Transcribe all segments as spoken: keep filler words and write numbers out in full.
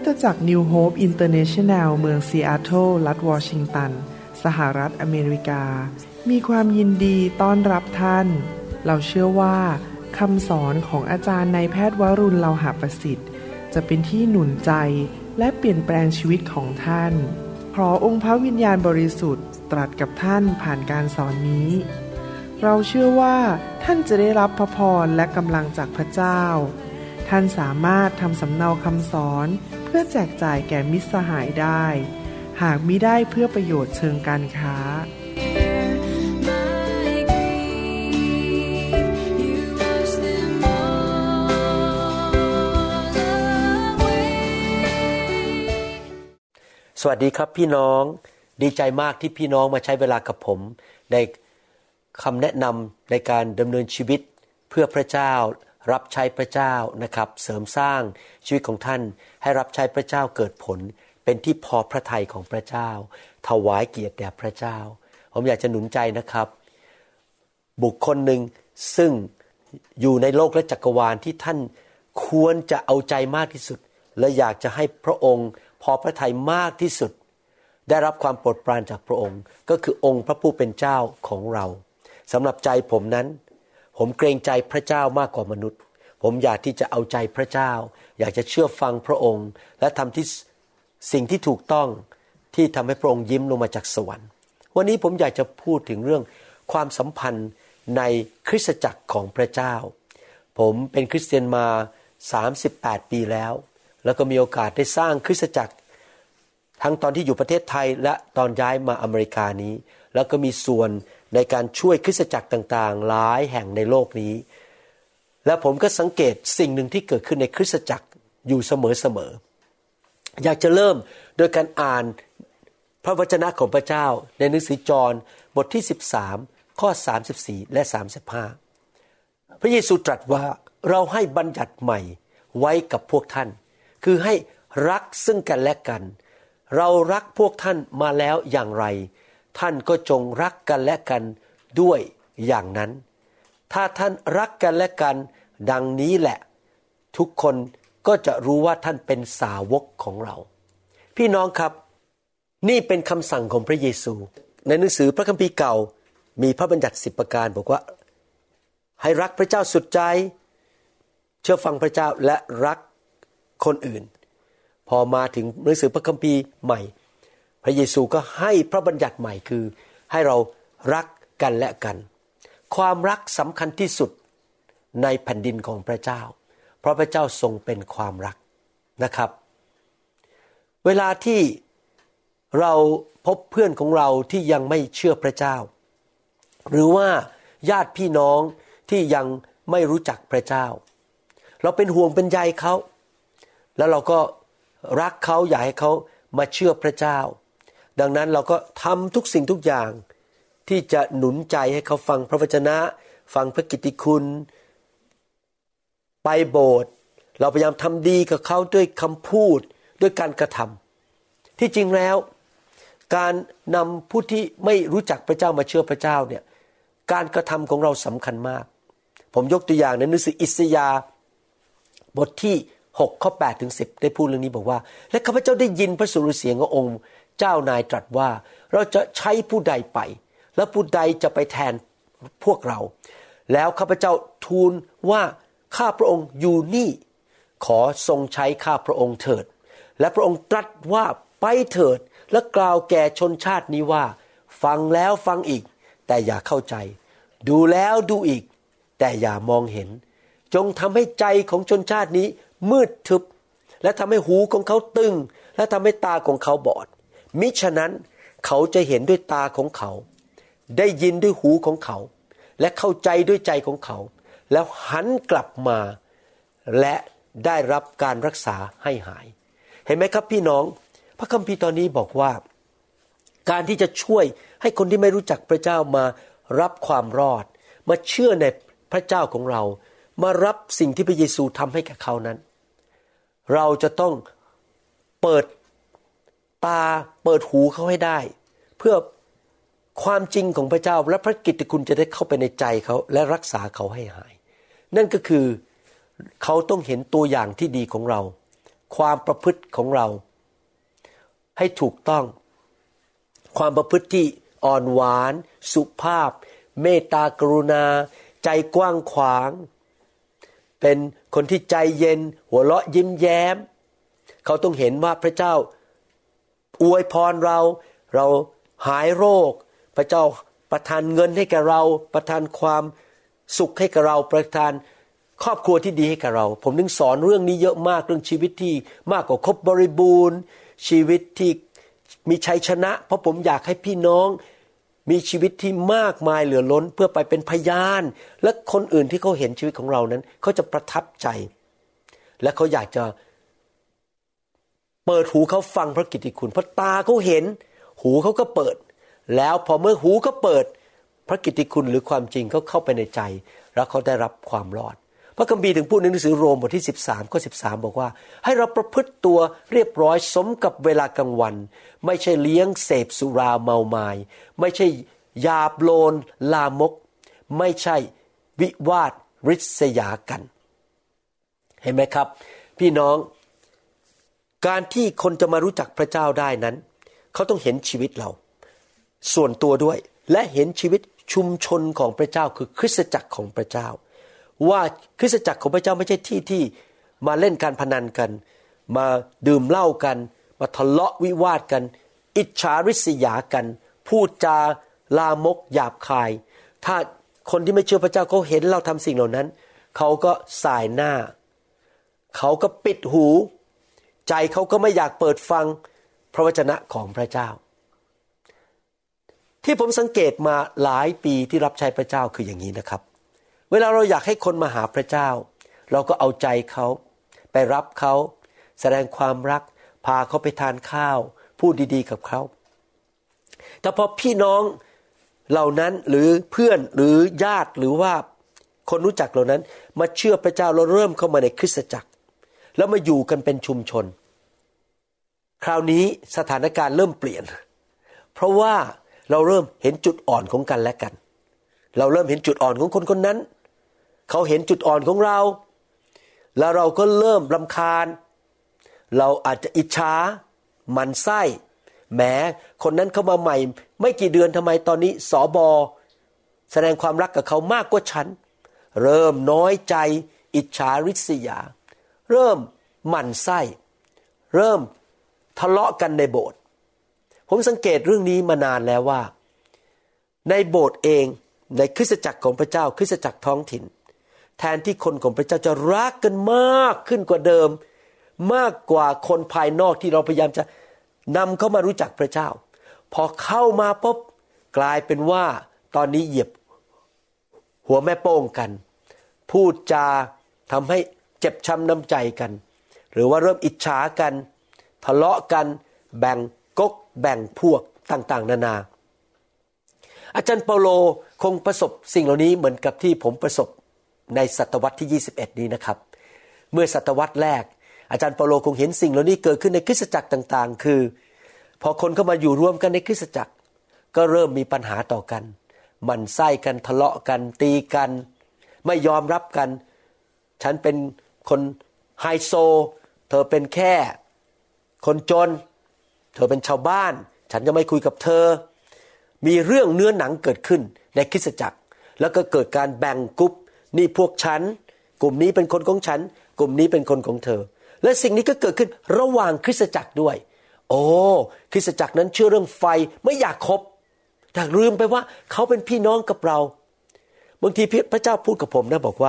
ตจักร New Hope International เมืองซีแอตเทิลรัฐวอชิงตันสหรัฐอเมริกามีความยินดีต้อนรับท่านเราเชื่อว่าคำสอนของอาจารย์นายแพทย์วรุณ เลาหะประสิทธิ์จะเป็นที่หนุนใจและเปลี่ยนแปลงชีวิตของท่านขอองค์พระวิญญาณบริสุทธิ์ตรัสกับท่านผ่านการสอนนี้เราเชื่อว่าท่านจะได้รับพระพรและกำลังจากพระเจ้าท่านสามารถทำสำเนาคำสอนเพื่อแจกจ่ายแก่มิตรสหายได้หากมิได้เพื่อประโยชน์เชิงการค้าสวัสดีครับพี่น้องดีใจมากที่พี่น้องมาใช้เวลากับผมในคำแนะนำในการดำเนินชีวิตเพื่อพระเจ้ารับใช้พระเจ้านะครับเสริมสร้างชีวิตของท่านให้รับใช้พระเจ้าเกิดผลเป็นที่พอพระทัยของพระเจ้าถวายเกียรติแด่พระเจ้าผมอยากจะหนุนใจนะครับบุคคลหนึ่งซึ่งอยู่ในโลกและจักรวาลที่ท่านควรจะเอาใจมากที่สุดและอยากจะให้พระองค์พอพระทัยมากที่สุดได้รับความโปรดปรานจากพระองค์ก็คือองค์พระผู้เป็นเจ้าของเราสำหรับใจผมนั้นผมเกรงใจพระเจ้ามากกว่ามนุษย์ผมอยากที่จะเอาใจพระเจ้าอยากจะเชื่อฟังพระองค์และทำที่สิ่งที่ถูกต้องที่ทำให้พระองค์ยิ้มลงมาจากสวรรค์วันนี้ผมอยากจะพูดถึงเรื่องความสัมพันธ์ในคริสตจักรของพระเจ้าผมเป็นคริสเตียนมาสามสิบแปดปีแล้วแล้วก็มีโอกาสได้สร้างคริสตจักรทั้งตอนที่อยู่ประเทศไทยและตอนย้ายมาอเมริกานี้แล้วก็มีส่วนในการช่วยคริสตจักรต่างๆหลายแห่งในโลกนี้และผมก็สังเกตสิ่งหนึ่งที่เกิดขึ้นในคริสตจักรอยู่เสมอๆอยากจะเริ่มโดยการอ่านพระวจนะของพระเจ้าในหนังสือจอห์นบทที่สิบสามข้อสามสิบสี่และสามสิบห้าพระเยซูตรัสว่าเราให้บัญญัติใหม่ไว้กับพวกท่านคือให้รักซึ่งกันและกันเรารักพวกท่านมาแล้วอย่างไรท่านก็จงรักกันและกันด้วยอย่างนั้นถ้าท่านรักกันและกันดังนี้แหละทุกคนก็จะรู้ว่าท่านเป็นสาวกของเราพี่น้องครับนี่เป็นคำสั่งของพระเยซูในหนังสือพระคัมภีร์เก่ามีพระบัญญัติสิบประการบอกว่าให้รักพระเจ้าสุดใจเชื่อฟังพระเจ้าและรักคนอื่นพอมาถึงหนังสือพระคัมภีร์ใหม่พระเยซูก็ให้พระบัญญัติใหม่คือให้เรารักกันและกันความรักสำคัญที่สุดในแผ่นดินของพระเจ้าเพราะพระเจ้าทรงเป็นความรักนะครับเวลาที่เราพบเพื่อนของเราที่ยังไม่เชื่อพระเจ้าหรือว่าญาติพี่น้องที่ยังไม่รู้จักพระเจ้าเราเป็นห่วงเป็นใยเขาแล้วเราก็รักเขาอยากให้เขามาเชื่อพระเจ้าดังนั้นเราก็ทำทุกสิ่งทุกอย่างที่จะหนุนใจให้เขาฟังพระวจนะฟังพระกิตติคุณไปโบสถ์เราพยายามทำดีกับเขาด้วยคำพูดด้วยการกระทำที่จริงแล้วการนำผู้ที่ไม่รู้จักพระเจ้ามาเชื่อพระเจ้าเนี่ยการกระทำของเราสำคัญมากผมยกตัวอย่างในหนังสืออิสยาห์บทที่หกข้อแปดถึงสิบได้พูดเรื่องนี้บอกว่าและข้าพเจ้าได้ยินพระสุรเสียงขององค์เจ้านายตรัสว่าเราจะใช้ผู้ใดไปและผู้ใดจะไปแทนพวกเราแล้วข้าพเจ้าทูลว่าข้าพระองค์อยู่นี่ขอทรงใช้ข้าพระองค์เถิดและพระองค์ตรัสว่าไปเถิดและกล่าวแก่ชนชาตินี้ว่าฟังแล้วฟังอีกแต่อย่าเข้าใจดูแล้วดูอีกแต่อย่ามองเห็นจงทำให้ใจของชนชาตินี้มืดทึบและทำให้หูของเขาตึงและทำให้ตาของเขาบอดมิฉะนั้นเขาจะเห็นด้วยตาของเขาได้ยินด้วยหูของเขาและเข้าใจด้วยใจของเขาแล้วหันกลับมาและได้รับการรักษาให้หายเห็นไหมครับพี่น้องพระคัมภีร์ตอนนี้บอกว่าการที่จะช่วยให้คนที่ไม่รู้จักพระเจ้ามารับความรอดมาเชื่อในพระเจ้าของเรามารับสิ่งที่พระเยซูทำให้กับเขานั้นเราจะต้องเปิดตาเปิดหูเขาให้ได้เพื่อความจริงของพระเจ้าและพระกิตติคุณจะได้เข้าไปในใจเขาและรักษาเขาให้หายนั่นก็คือเขาต้องเห็นตัวอย่างที่ดีของเราความประพฤติของเราให้ถูกต้องความประพฤติที่อ่อนหวานสุภาพเมตตากรุณาใจกว้างขวางเป็นคนที่ใจเย็นหัวเราะยิ้มแย้มเขาต้องเห็นว่าพระเจ้าอวยพรเราเราหายโรคพระเจ้าประทานเงินให้แก่เราประทานความสุขให้กับเราประทานครอบครัวที่ดีให้กับเราผมนึงสอนเรื่องนี้เยอะมากเรื่องชีวิตที่มากกว่าครบบริบูรณ์ชีวิตที่มีชัยชนะเพราะผมอยากให้พี่น้องมีชีวิตที่มากมายเหลือล้นเพื่อไปเป็นพยานและคนอื่นที่เขาเห็นชีวิตของเรานั้นเขาจะประทับใจและเขาอยากจะเปิดหูเขาฟังพระกิตติคุณเพราะตาเขาเห็นหูเขาก็เปิดแล้วพอเมื่อหูเขาเปิดพระกิตติคุณหรือความจริงเขาเข้าไปในใจแล้วเขาได้รับความรอดพระคัมภีร์ถึงพูดในหนังสือโรมบทที่สิบสามข้อสิบสามบอกว่าให้เราประพฤติตัวเรียบร้อยสมกับเวลากลางวันไม่ใช่เลี้ยงเสพสุราเมามายไม่ใช่หยาบโลนลามกไม่ใช่วิวาทริษยากันเห็นไหมครับพี่น้องการที่คนจะมารู้จักพระเจ้าได้นั้นเขาต้องเห็นชีวิตเราส่วนตัวด้วยและเห็นชีวิตชุมชนของพระเจ้าคือคริสตจักรของพระเจ้าว่าคริสตจักรของพระเจ้าไม่ใช่ที่ที่มาเล่นการพนันกันมาดื่มเหล้ากันมาทะเลาะวิวาทกันอิจฉาริษยากันพูดจาลามกหยาบคายถ้าคนที่ไม่เชื่อพระเจ้าเขาเห็นเราทำสิ่งเหล่านั้นเขาก็สายหน้าเขาก็ปิดหูใจเขาก็ไม่อยากเปิดฟังพระวจนะของพระเจ้าที่ผมสังเกตมาหลายปีที่รับใช้พระเจ้าคืออย่างนี้นะครับเวลาเราอยากให้คนมาหาพระเจ้าเราก็เอาใจเขาไปรับเขาแสดงความรักพาเขาไปทานข้าวพูดดีๆกับเขาแต่พอพี่น้องเหล่านั้นหรือเพื่อนหรือญาติหรือว่าคนรู้จักเหล่านั้นมาเชื่อพระเจ้าเราเริ่มเข้ามาในคริสตจักรแล้วมาอยู่กันเป็นชุมชนคราวนี้สถานการณ์เริ่มเปลี่ยนเพราะว่าเราเริ่มเห็นจุดอ่อนของกันและกันเราเริ่มเห็นจุดอ่อนของคนคนนั้นเขาเห็นจุดอ่อนของเราแล้วเราก็เริ่มรำคาญเราอาจจะอิจฉาหมั่นไส้แหมคนนั้นเข้ามาใหม่ไม่กี่เดือนทำไมตอนนี้สบแสดงความรักกับเขามากกว่าฉันเริ่มน้อยใจอิจฉาริษยาเริ่มหมั่นไส้เริ่มทะเลาะกันในโบสถ์ผมสังเกตเรื่องนี้มานานแล้วว่าในโบสถ์เองในคริสตจักรของพระเจ้าคริสตจักรท้องถิ่นแทนที่คนของพระเจ้าจะรักกันมากขึ้นกว่าเดิมมากกว่าคนภายนอกที่เราพยายามจะนำเขามารู้จักพระเจ้าพอเข้ามาปุ๊บกลายเป็นว่าตอนนี้เหยียบหัวแม่โป้งกันพูดจาทำให้เจ็บช้ำน้ำใจกันหรือว่าเริ่มอิจฉากันทะเลาะกันแบ่งก๊กแบ่งพวกต่างๆนานาอาจารย์เปาโลคงประสบสิ่งเหล่านี้เหมือนกับที่ผมประสบในศตวรรษที่ยี่สิบเอ็ดนี้นะครับเมื่อศตวรรษแรกอาจารย์เปาโลคงเห็นสิ่งเหล่านี้เกิดขึ้นในคริสตจักรต่างๆคือพอคนเข้ามาอยู่รวมกันในคริสตจักรก็เริ่มมีปัญหาต่อกันหมั่นไส้กันทะเลาะกันตีกันไม่ยอมรับกันฉันเป็นคนไฮโซเธอเป็นแค่คนจนเธอเป็นชาวบ้านฉันจะไม่คุยกับเธอมีเรื่องเนื้อหนังเกิดขึ้นในคริสตจักรแล้วก็เกิดการแบ่งกลุ่มนี่พวกฉันกลุ่มนี้เป็นคนของฉันกลุ่มนี้เป็นคนของเธอและสิ่งนี้ก็เกิดขึ้นระหว่างคริสตจักรด้วยโอ้คริสตจักรนั้นเชื่อเรื่องไฟไม่อยากคบแต่ลืมไปว่าเขาเป็นพี่น้องกับเราบางทีพระเจ้าพูดกับผมนะบอกว่า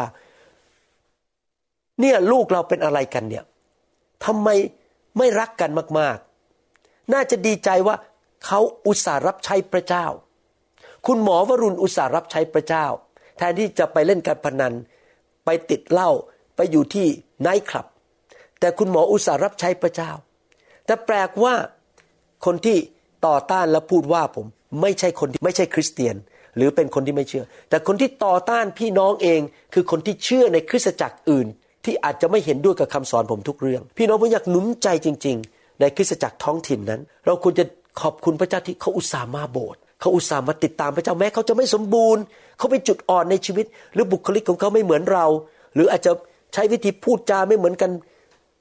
เนี่ยลูกเราเป็นอะไรกันเนี่ยทำไมไม่รักกันมากๆน่าจะดีใจว่าเขาอุตส่าห์รับใช้พระเจ้าคุณหมอวรุณอุตส่าห์รับใช้พระเจ้าแทนที่จะไปเล่นการพนันไปติดเหล้าไปอยู่ที่ไนท์คลับแต่คุณหมออุตส่าห์รับใช้พระเจ้าแต่แปลกว่าคนที่ต่อต้านและพูดว่าผมไม่ใช่คนที่ไม่ใช่คริสเตียนหรือเป็นคนที่ไม่เชื่อแต่คนที่ต่อต้านพี่น้องเองคือคนที่เชื่อในคริสตจักรอื่นที่อาจจะไม่เห็นด้วยกับคำสอนผมทุกเรื่องพี่น้องผมอยากหนุนใจจริงๆในคริสตจักรท้องถิ่นนั้นเราควรจะขอบคุณพระเจ้าที่เขาอุตส่าห์มาโบสถ์เขาอุตส่าห์มาติดตามพระเจ้าแม้เขาจะไม่สมบูรณ์เขาเป็นจุดอ่อนในชีวิตหรือบุคลิกของเขาไม่เหมือนเราหรืออาจจะใช้วิธีพูดจาไม่เหมือนกัน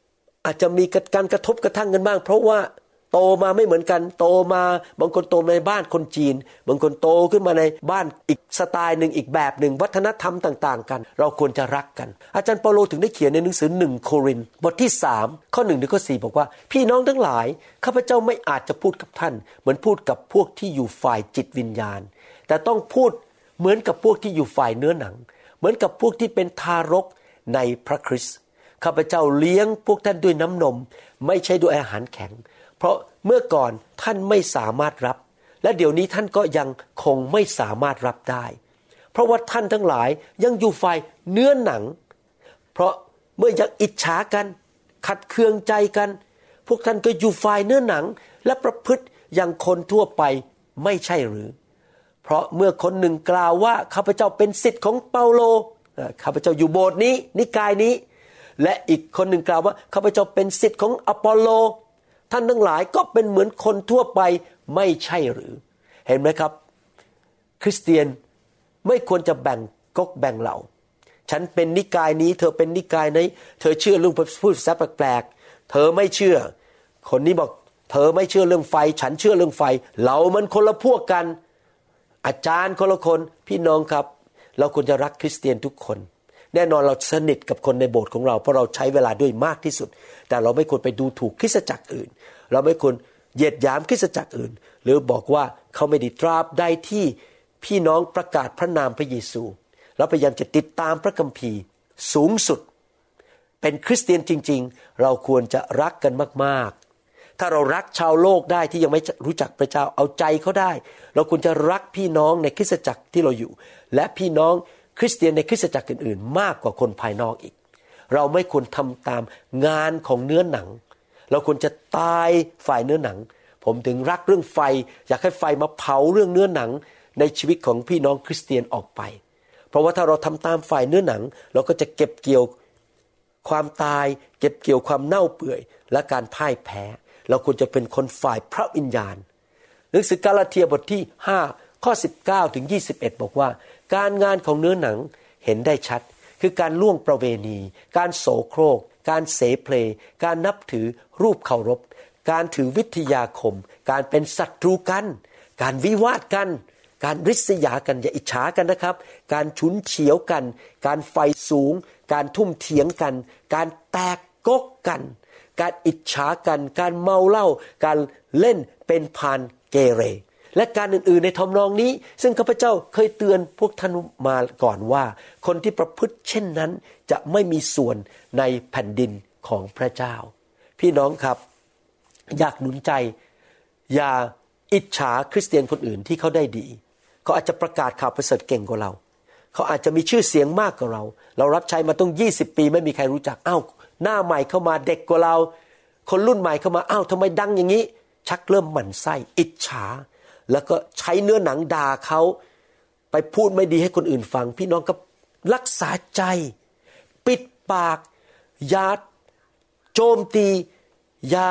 อาจจะมีการกระทบกระทั่งกันบ้างเพราะว่าโตมาไม่เหมือนกันโตมาบางคนโตในบ้านคนจีนบางคนโตขึ้นมาในบ้านอีกสไตล์หนึ่งอีกแบบหนึ่งวัฒนธรรมต่างๆกันเราควรจะรักกันอาจารย์เปาโลถึงได้เขียนในหนังสือหนึ่งโครินธ์บทที่สามข้อหนึ่งถึงข้อสี่บอกว่าพี่น้องทั้งหลายข้าพเจ้าไม่อาจจะพูดกับท่านเหมือนพูดกับพวกที่อยู่ฝ่ายจิตวิญญาณแต่ต้องพูดเหมือนกับพวกที่อยู่ฝ่ายเนื้อหนังเหมือนกับพวกที่เป็นทารกในพระคริสต์ข้าพเจ้าเลี้ยงพวกท่านด้วยน้ำนมไม่ใช่ด้วยอาหารแข็งเพราะเมื่อก่อนท่านไม่สามารถรับและเดี๋ยวนี้ท่านก็ยังคงไม่สามารถรับได้เพราะว่าท่านทั้งหลายยังอยู่ฝ่ายเนื้อหนังเพราะเมื่อยังอิจฉากันขัดเคืองใจกันพวกท่านก็อยู่ฝ่ายเนื้อหนังและประพฤติอย่างคนทั่วไปไม่ใช่หรือเพราะเมื่อคนหนึ่งกล่าวว่าข้าพเจ้าเป็นศิษย์ของเปาโลข้าพเจ้าอยู่โบสถ์นี้นิกายนี้และอีกคนหนึ่งกล่าวว่าข้าพเจ้าเป็นศิษย์ของอปอลโลท่านทั้งหลายก็เป็นเหมือนคนทั่วไปไม่ใช่หรือเห็นไหมครับคริสเตียนไม่ควรจะแบ่งก๊กแบ่งเหล่าฉันเป็นนิกายนี้เธอเป็นนิกายนี้เธอเชื่อเรื่องพูดภาษาแปลกๆเธอไม่เชื่อคนนี้บอกเธอไม่เชื่อเรื่องไฟฉันเชื่อเรื่องไฟเรามันคนละพวกกันอาจารย์คนละคนพี่น้องครับเราควรจะรักคริสเตียนทุกคนแน่นอนเราสนิทกับคนในโบสถ์ของเราเพราะเราใช้เวลาด้วยมากที่สุดแต่เราไม่ควรไปดูถูกคริสตจักรอื่นเราไม่ควรเหยียดหยามคริสตจักรอื่นหรือบอกว่าเขาไม่ได้ตราบใดที่พี่น้องประกาศพระนามพระเยซูเราพยายามจะติดตามพระคัมภีร์สูงสุดเป็นคริสเตียนจริงๆเราควรจะรักกันมากๆถ้าเรารักชาวโลกได้ที่ยังไม่รู้จักพระเจ้าเอาใจเขาได้เราควรจะรักพี่น้องในคริสตจักรที่เราอยู่และพี่น้องคริสเตียนในคริสตจักรอื่นๆมากกว่าคนภายนอกอีกเราไม่ควรทำตามงานของเนื้อหนังเราควรจะตายฝ่ายเนื้อหนังผมถึงรักเรื่องไฟอยากให้ไฟมาเผาเรื่องเนื้อหนังในชีวิตของพี่น้องคริสเตียนออกไปเพราะว่าถ้าเราทำตามฝ่ายเนื้อหนังเราก็จะเก็บเกี่ยวความตายเก็บเกี่ยวความเน่าเปื่อยและการพ่ายแพ้เราควรจะเป็นคนฝ่ายพระวิญญาณหนังสือกาลาเทียบทที่ห้าข้อสิบเก้าถึงยี่สิบเอ็ดบอกว่าการงานของเนื้อหนังเห็นได้ชัดคือการล่วงประเวณีการโสโครกการเสเพลการนับถือรูปเคารพการถือวิทยาคมการเป็นศัตรูกันการวิวาทกันการริษยากันอย่าอิจฉากันนะครับการฉุนเฉียวกันการไฟสูงการทุ่มเถียงกันการแตกกกกันการอิจฉากันการเมาเหล้าการเล่นเป็นพานเกเรและการอื่นๆในทำนองนี้ซึ่งข้าพเจ้าเคยเตือนพวกท่านมาก่อนว่าคนที่ประพฤติเช่นนั้นจะไม่มีส่วนในแผ่นดินของพระเจ้าพี่น้องครับอยากหนุนใจอย่าอิจฉาคริสเตียนคนอื่นที่เขาได้ดีเขาอาจจะประกาศข่าวประเสริฐเก่งกว่าเราเขาอาจจะมีชื่อเสียงมากกว่าเราเรารับใช้มาต้องยี่สิบปีไม่มีใครรู้จักอ้าวหน้าใหม่เข้ามาเด็กกว่าเราคนรุ่นใหม่เข้ามาอ้าวทำไมดังอย่างนี้ชักเริ่มหมั่นไส้อิจฉาแล้วก็ใช้เนื้อหนังด่าเขาไปพูดไม่ดีให้คนอื่นฟังพี่น้องก็รักษาใจปิดปากอย่าโจมตีอย่า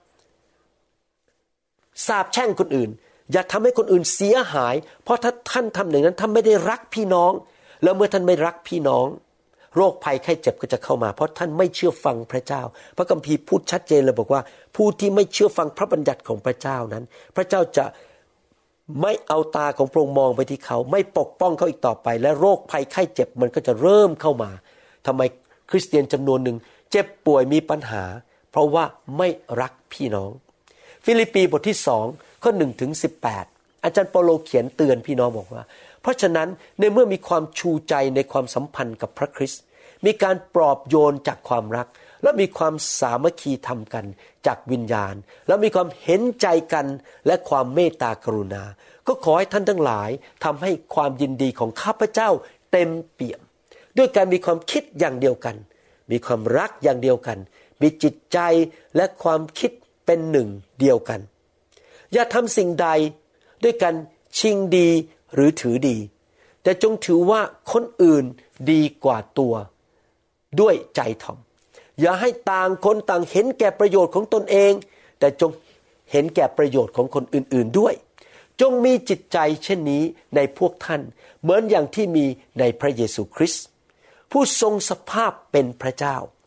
สาปแช่งคนอื่นอย่าทำให้คนอื่นเสียหายเพราะถ้าท่านทำอย่างนั้นท่านไม่ได้รักพี่น้องแล้วเมื่อท่านไม่รักพี่น้องโรคภัยไข้เจ็บก็จะเข้ามาเพราะท่านไม่เชื่อฟังพระเจ้าพระคัมภีร์พูดชัดเจนเลยบอกว่าผู้ที่ไม่เชื่อฟังพระบัญญัติของพระเจ้านั้นพระเจ้าจะไม่เอาตาของพระองค์มองไปที่เขาไม่ปกป้องเขาอีกต่อไปและโรคภัยไข้เจ็บมันก็จะเริ่มเข้ามาทำไมคริสเตียนจำนวนหนึ่งเจ็บป่วยมีปัญหาเพราะว่าไม่รักพี่น้องฟิลิปปีบทที่สองข้อหนึ่งถึงสิบแปดอาจารย์เปาโลเขียนเตือนพี่น้องบอกว่าเพราะฉะนั้นในเมื่อมีความชูใจในความสัมพันธ์กับพระคริสต์มีการปลอบโยนจากความรักและมีความสามัคคีธรรมกันจากวิญญาณและมีความเห็นใจกันและความเมตตากรุณาก็ขอให้ท่านทั้งหลายทำให้ความยินดีของข้าพเจ้าเต็มเปี่ยมด้วยการมีความคิดอย่างเดียวกันมีความรักอย่างเดียวกันมีจิตใจและความคิดเป็นหนึ่งเดียวกันอย่าทำสิ่งใดด้วยกันชิงดีหรือถือดีแต่จงถือว่าคนอื่นดีกว่าตัวด้วยใจถ่อมอย่าให้ต่างคนต่างเห็นแก่ประโยชน์ของตนเองแต่จงเห็นแก่ประโยชน์ของคนอื่นๆด้วยจงมีจิตใจเช่นนี้ในพวกท่านเหมือนอย่างที่มีในพระเยซูคริสต์ผู้ทรงสภาพเป็นพระเจ้า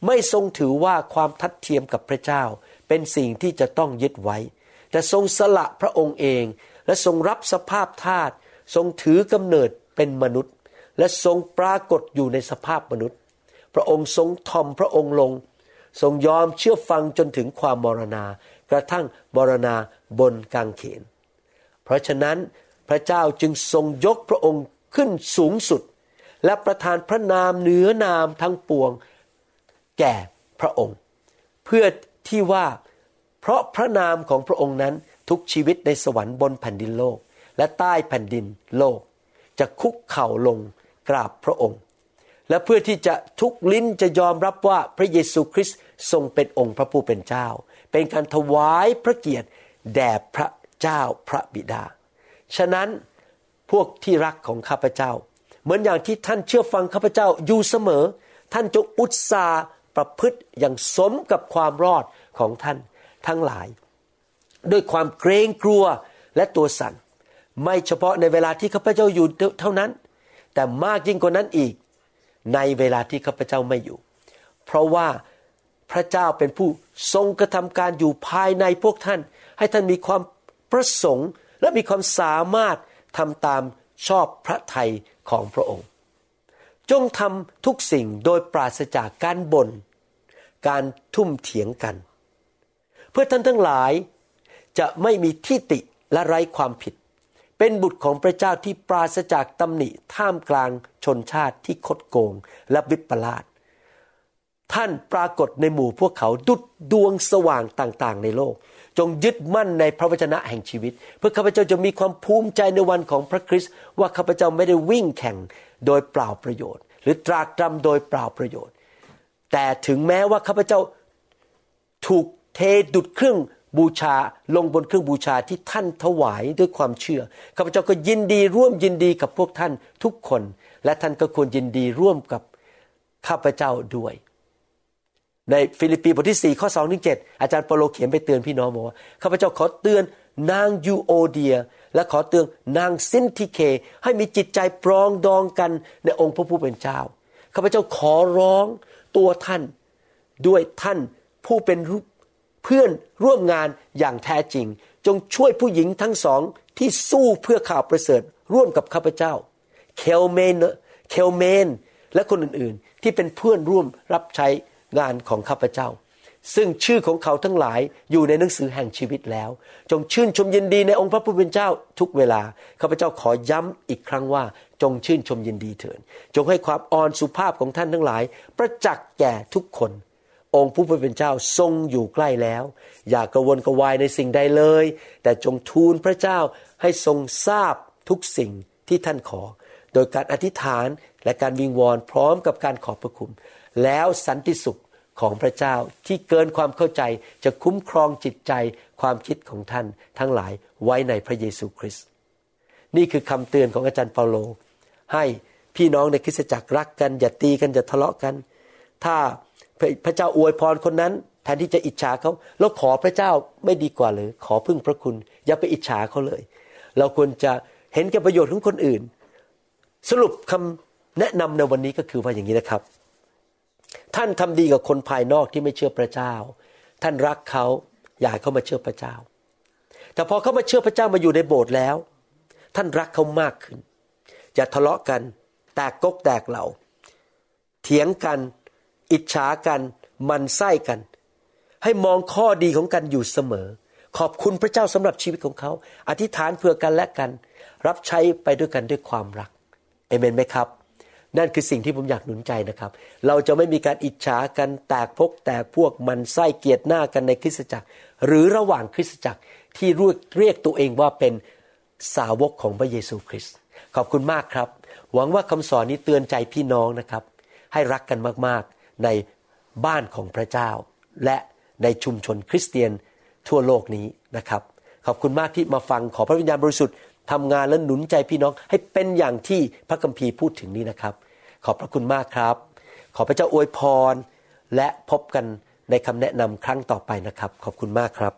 ไม่ทรงถือว่าความทัดเทียมกับพระเจ้าเป็นสิ่งที่จะต้องยึดไว้แต่ทรงสละพระองค์เองและทรงรับสภาพทาสทรงถือกำเนิดเป็นมนุษย์และทรงปรากฏอยู่ในสภาพมนุษย์พระองค์ทรงทอมพระองค์ลงทรงยอมเชื่อฟังจนถึงความมรณากระทั่งมรณาบนกางเขนเพราะฉะนั้นพระเจ้าจึงทรงยกพระองค์ขึ้นสูงสุดและประทานพระนามเหนือนามทั้งปวงแก่พระองค์เพื่อที่ว่าเพราะพระนามของพระองค์นั้นทุกชีวิตในสวรรค์บนแผ่นดินโลกและใต้แผ่นดินโลกจะคุกเข่าลงกราบพระองค์และเพื่อที่จะทุกลิ้นจะยอมรับว่าพระเยซูคริสต์ทรงเป็นองค์พระผู้เป็นเจ้าเป็นการถวายพระเกียรติแด่พระเจ้าพระบิดาฉะนั้นพวกที่รักของข้าพเจ้าเหมือนอย่างที่ท่านเชื่อฟังข้าพเจ้าอยู่เสมอท่านจงอุตสาห์ประพฤติอย่างสมกับความรอดของท่านทั้งหลายด้วยความเกรงกลัวและตัวสั่นไม่เฉพาะในเวลาที่ข้าพเจ้าอยู่เท่านั้นแต่มากยิ่งกว่านั้นอีกในเวลาที่ข้าพเจ้าไม่อยู่เพราะว่าพระเจ้าเป็นผู้ทรงกระทำการอยู่ภายในพวกท่านให้ท่านมีความประสงค์และมีความสามารถทำตามชอบพระทัยของพระองค์จงทำทุกสิ่งโดยปราศจากการบ่นการทุ่มเถียงกันเพื่อท่านทั้งหลายจะไม่มีทิฏฐิและไร้ความผิดเป็นบุตรของพระเจ้าที่ปราศจากตำหนิท่ามกลางชนชาติที่คดโกงและวิปลาสท่านปรากฏในหมู่พวกเขาดุจดวงสว่างต่างๆในโลกจงยึดมั่นในพระวจนะแห่งชีวิตเพื่อข้าพเจ้าจะมีความภูมิใจในวันของพระคริสต์ว่าข้าพเจ้าไม่ได้วิ่งแข่งโดยเปล่าประโยชน์หรือตรากตรำโดยเปล่าประโยชน์แต่ถึงแม้ว่าข้าพเจ้าถูกเทดุจเครื่องบูชาลงบนเครื่องบูชาที่ท่านถวายด้วยความเชื่อข้าพเจ้าก็ยินดีร่วมยินดีกับพวกท่านทุกคนและท่านก็ควรยินดีร่วมกับข้าพเจ้าด้วยในฟิลิปปีบทที่สี่ข้อสองถึงเจ็ดอาจารย์เปาโลเขียนไปเตือนพี่น้องบอกว่าข้าพเจ้าขอเตือนนางยูโอเดียและขอเตือนนางซินทิเคให้มีจิตใจปรองดองกันในองค์พระผู้เป็นเจ้าข้าพเจ้าขอร้องตัวท่านด้วยท่านผู้เป็นเพื่อนร่วมงานอย่างแท้จริงจงช่วยผู้หญิงทั้งสองที่สู้เพื่อข่าวประเสริฐร่วมกับข้าพเจ้าเคลเมนเคลเมนและคนอื่นๆที่เป็นเพื่อนร่วมรับใช้งานของข้าพเจ้าซึ่งชื่อของเขาทั้งหลายอยู่ในหนังสือแห่งชีวิตแล้วจงชื่นชมยินดีในองค์พระผู้เป็นเจ้าทุกเวลาข้าพเจ้าขอย้ำอีกครั้งว่าจงชื่นชมยินดีเถิดจงให้ความอ่อนสุภาพของท่านทั้งหลายประจักษ์แก่ทุกคนองค์ผู้เป็นเจ้าทรงอยู่ใกล้แล้วอย่ากระวนกระวายในสิ่งใดเลยแต่จงทูลพระเจ้าให้ทรงทราบทุกสิ่งที่ท่านขอโดยการอธิษฐานและการวิงวอนพร้อมกับการขอบพระคุณแล้วสันติสุขของพระเจ้าที่เกินความเข้าใจจะคุ้มครองจิตใจความคิดของท่านทั้งหลายไว้ในพระเยซูคริสต์นี่คือคำเตือนของอาจารย์เปาโลให้พี่น้องในคริสตจักรรักกันอย่าตีกันอย่าทะเลาะกันถ้าพระเจ้าอวยพรคนนั้นแทนที่จะอิจฉาเขาแล้วขอพระเจ้าไม่ดีกว่าหรือขอพึ่งพระคุณอย่าไปอิจฉาเขาเลยเราควรจะเห็นแก่ประโยชน์ของคนอื่นสรุปคำแนะนำในวันนี้ก็คือว่าอย่างนี้นะครับท่านทำดีกับคนภายนอกที่ไม่เชื่อพระเจ้าท่านรักเขาอยากให้เขามาเชื่อพระเจ้าแต่พอเขามาเชื่อพระเจ้ามาอยู่ในโบสถ์แล้วท่านรักเขามากขึ้นอย่าทะเลาะกันแตกกกแตกเหล่าเถียงกันอิจฉากันมันไส้กันให้มองข้อดีของกันอยู่เสมอขอบคุณพระเจ้าสำหรับชีวิตของเขาอธิษฐานเพื่อกันและกันรับใช้ไปด้วยกันด้วยความรักเอเมนไหมครับนั่นคือสิ่งที่ผมอยากหนุนใจนะครับเราจะไม่มีการอิจฉากันแตกพกแตกพวกมันไส้เกลียดหน้ากันในคริสตจักรหรือระหว่างคริสตจักรที่เรียกตัวเองว่าเป็นสาวกของพระเยซูคริสต์ขอบคุณมากครับหวังว่าคำสอนนี้เตือนใจพี่น้องนะครับให้รักกันมากๆในบ้านของพระเจ้าและในชุมชนคริสเตียนทั่วโลกนี้นะครับขอบคุณมากที่มาฟังขอพระวิญญาณบริสุทธิ์ทำงานและหนุนใจพี่น้องให้เป็นอย่างที่พระคัมภีร์พูดถึงนี้นะครับขอบพระคุณมากครับขอพระเจ้าอวยพรและพบกันในคำแนะนำครั้งต่อไปนะครับขอบคุณมากครับ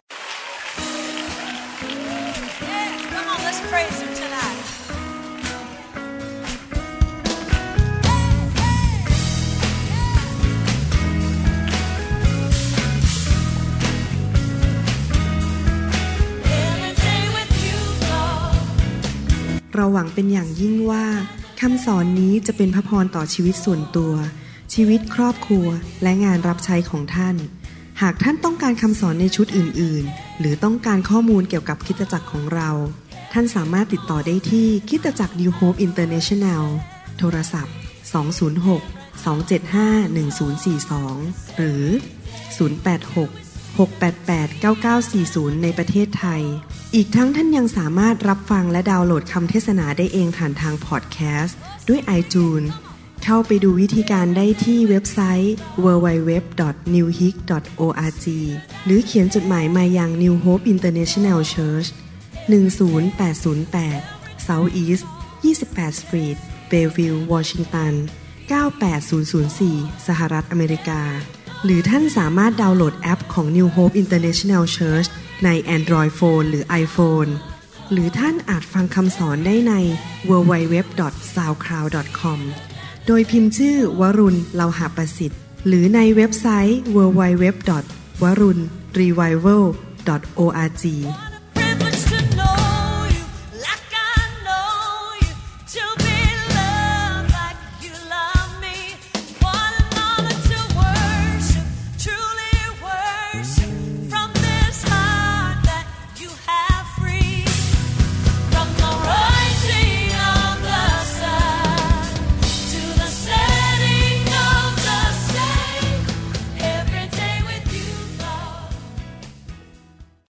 Come on, let's praise him tonight. เราหวังเป็นอย่างยิ่งว่าคำสอนนี้จะเป็นพระพรต่อชีวิตส่วนตัวชีวิตครอบครัวและงานรับใช้ของท่านหากท่านต้องการคำสอนในชุดอื่นๆหรือต้องการข้อมูลเกี่ยวกับคริสตจักรของเราท่านสามารถติดต่อได้ที่คริสตจักร New Hope International โทรศัพท์สอง ศูนย์ หก สอง เจ็ด ห้า หนึ่ง ศูนย์ สี่ สองหรือศูนย์ แปด หก หก แปด แปด เก้า เก้า สี่ ศูนย์ในประเทศไทยอีกทั้งท่านยังสามารถรับฟังและดาวน์โหลดคำเทศนาได้เองผ่านทางพอดแคสต์ด้วย iTunes เข้าไปดูวิธีการได้ที่เว็บไซต์ ดับเบิลยู ดับเบิลยู ดับเบิลยู ดอท นิว โฮป ดอท โอ อาร์ จี หรือเขียนจดหมายมายัง New Hope International Church หนึ่ง ศูนย์ แปด ศูนย์ แปด South East ยี่สิบแปด Street Bellevue Washington เก้า แปด ศูนย์ ศูนย์ สี่ สหรัฐอเมริกาหรือท่านสามารถดาวน์โหลดแอปของ New Hope International Church ใน Android Phone หรือ iPhone หรือท่านอาจฟังคำสอนได้ใน ดับเบิลยู ดับเบิลยู ดับเบิลยู ดอท ซาวด์คลาวด์ ดอท คอม โดยพิมพ์ชื่อวรุณเลาหะประสิทธิ์หรือในเว็บไซต์ ดับเบิลยู ดับเบิลยู ดับเบิลยู ดอท วรุณ รีไววัล ดอท โอ อาร์ จี